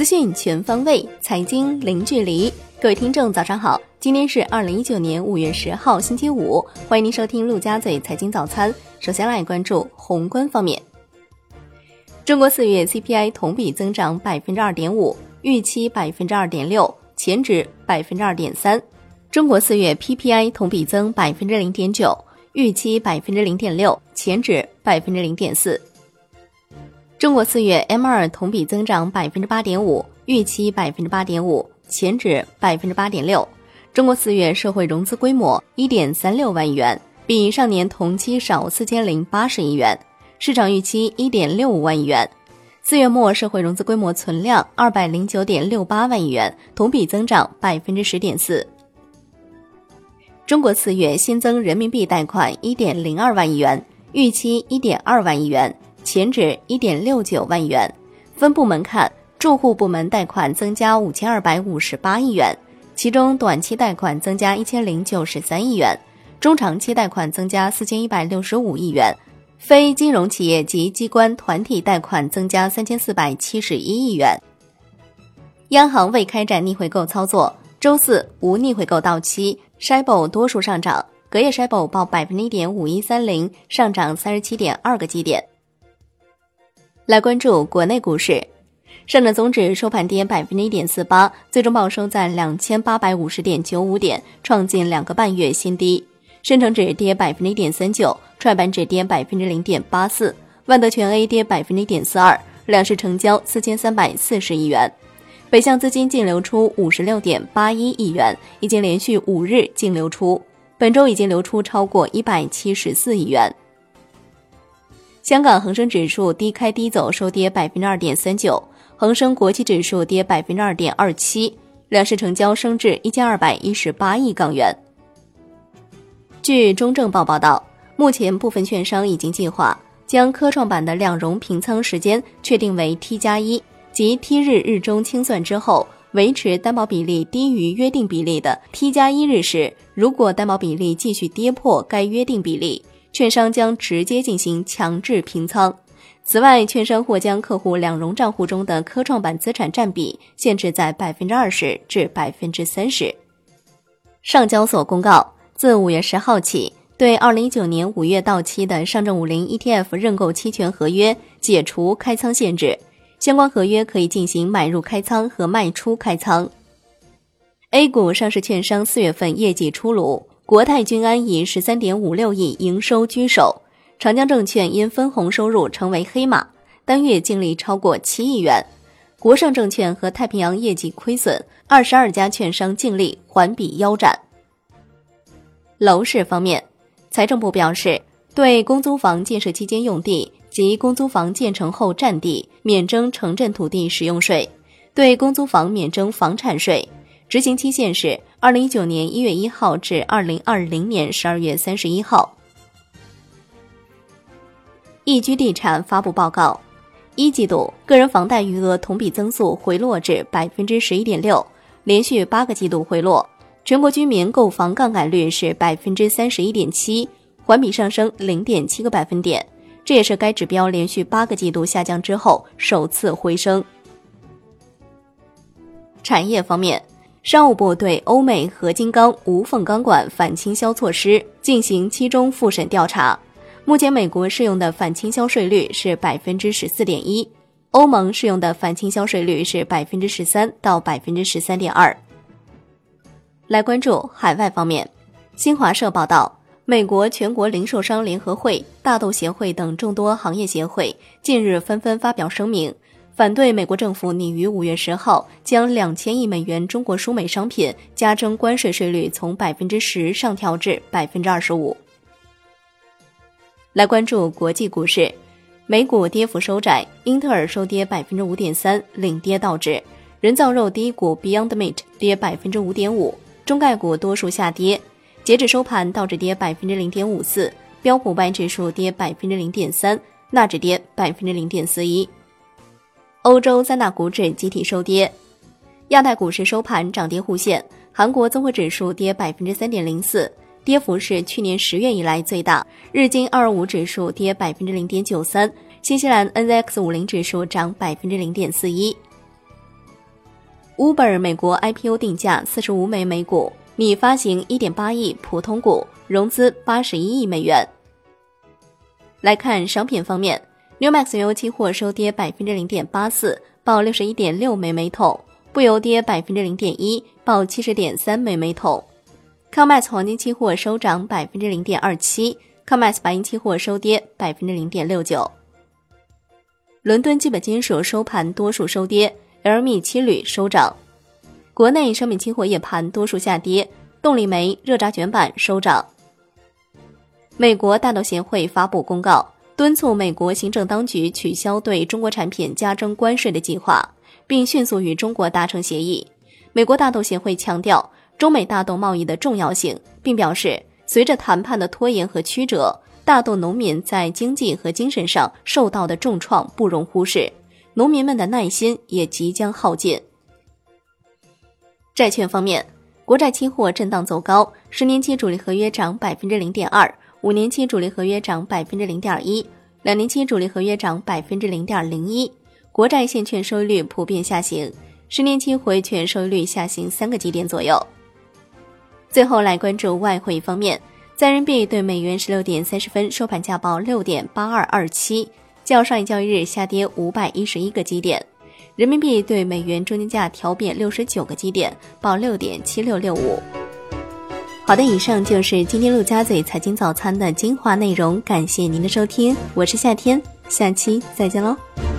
资讯全方位，财经零距离。各位听众早上好，今天是2019年5月10号星期五，欢迎您收听陆家嘴财经早餐。首先来关注宏观方面。中国4月 CPI 同比增长 2.5%， 预期 2.6%， 前值 2.3%。中国4月 PPI 同比增 0.9%， 预期 0.6%， 前值 0.4%。中国4月 M2 同比增长 8.5%， 预期 8.5%， 前值 8.6%。中国4月社会融资规模 1.36 万亿元，比上年同期少4080亿元，市场预期 1.65 万亿元。4月末社会融资规模存量 209.68 万亿元，同比增长 10.4%。中国4月新增人民币贷款 1.02 万亿元，预期 1.2 万亿元，前值 1.69 万亿元。分部门看，住户部门贷款增加5258亿元，其中短期贷款增加1093亿元，中长期贷款增加4165亿元，非金融企业及机关团体贷款增加3471亿元。央行未开展逆回购操作，周四无逆回购到期，SHIBO 多数上涨，隔夜 SHIBO 报 1.5130， 上涨37.2个基点。来关注国内股市，上证综指收盘跌 1.48%， 最终报收在 2850.95 点，创近2个半月新低。深成指跌 1.39%， 创业板指跌 0.84%， 万德全 A 跌 1.42%， 两市成交4340亿元。北向资金净流出 56.81 亿元，已经连续5日净流出，本周已经流出超过174亿元。香港恒生指数低开低走，收跌 2.39%， 恒生国际指数跌 2.27%， 两市成交升至1218亿港元。据中证报报道，目前部分券商已经计划将科创板的两融平仓时间确定为 T+1， 即 T 日日中清算之后，维持担保比例低于约定比例的 T+1 日时，如果担保比例继续跌破该约定比例，券商将直接进行强制平仓。此外，券商或将客户两融账户中的科创板资产占比限制在 20% 至 30%。 上交所公告，自5月10号起，对2019年5月到期的上证50 ETF 认购期权合约解除开仓限制，相关合约可以进行买入开仓和卖出开仓。A 股上市券商4月份业绩出炉，国泰君安以 13.56 亿营收居首，长江证券因分红收入成为黑马，单月净利超过7亿元。国盛证券和太平洋业绩亏损，22家券商净利环比腰斩。楼市方面，财政部表示，对公租房建设期间用地及公租房建成后占地免征城镇土地使用税，对公租房免征房产税，执行期限是2019年1月1号至2020年12月31号。易居地产发布报告，一季度个人房贷余额同比增速回落至 11.6%， 连续8个季度回落。全国居民购房杠杆率是 31.7%， 环比上升 0.7 个百分点，这也是该指标连续8个季度下降之后首次回升。产业方面，商务部对欧美合金钢无缝钢管反倾销措施进行期中复审调查，目前美国适用的反倾销税率是 14.1%， 欧盟适用的反倾销税率是 13% 到 13.2%。来关注海外方面，新华社报道，美国全国零售商联合会、大豆协会等众多行业协会近日纷纷发表声明，反对美国政府拟于5月10号将2000亿美元中国输美商品加征关税税率从 10% 上调至 25%。 来关注国际股市，美股跌幅收窄，英特尔收跌 5.3%， 领跌道指，人造肉第一股 Beyond Meat 跌 5.5%， 中概股多数下跌，截至收盘，道指跌 0.54%， 标普500指数跌 0.3%， 纳指跌 0.41%。 欧洲三大股指集体收跌，亚太股市收盘涨跌互现，韩国综合指数跌 3.04%， 跌幅是去年10月以来最大，日经225指数跌 0.93%， 新西兰 NZX50 指数涨 0.41%。 Uber 美国 IPO 定价45枚每股，拟发行 1.8 亿普通股，融资81亿美元。来看商品方面， New-Max 原油期货收跌 0.84%， 报 61.6 美每桶，布油跌 0.1%， 报 70.3 美每桶。COMEX 黄金期货收涨 0.27%， COMEX 白银期货收跌 0.69%。 伦敦基本金属收盘多数收跌， LME 期铝收涨。国内商品期货夜盘多数下跌，动力煤、热轧卷板收涨。美国大豆协会发布公告，敦促美国行政当局取消对中国产品加征关税的计划，并迅速与中国达成协议。美国大豆协会强调中美大豆贸易的重要性，并表示随着谈判的拖延和曲折，大豆农民在经济和精神上受到的重创不容忽视，农民们的耐心也即将耗尽。债券方面，国债期货震荡走高，10年期主力合约涨 0.2%， 5年期主力合约涨 0.01%， 2年期主力合约涨 0.01%。 国债现券收益率普遍下行，10年期回券收益率下行3个基点左右。最后来关注外汇方面，在人民币对美元16点30分收盘价报 6.8227， 较上一交易日下跌511个基点。人民币对美元中间价调贬69个基点，报 6.7665。 好的，以上就是今天陆家嘴财经早餐的精华内容，感谢您的收听，我是夏天，下期再见喽。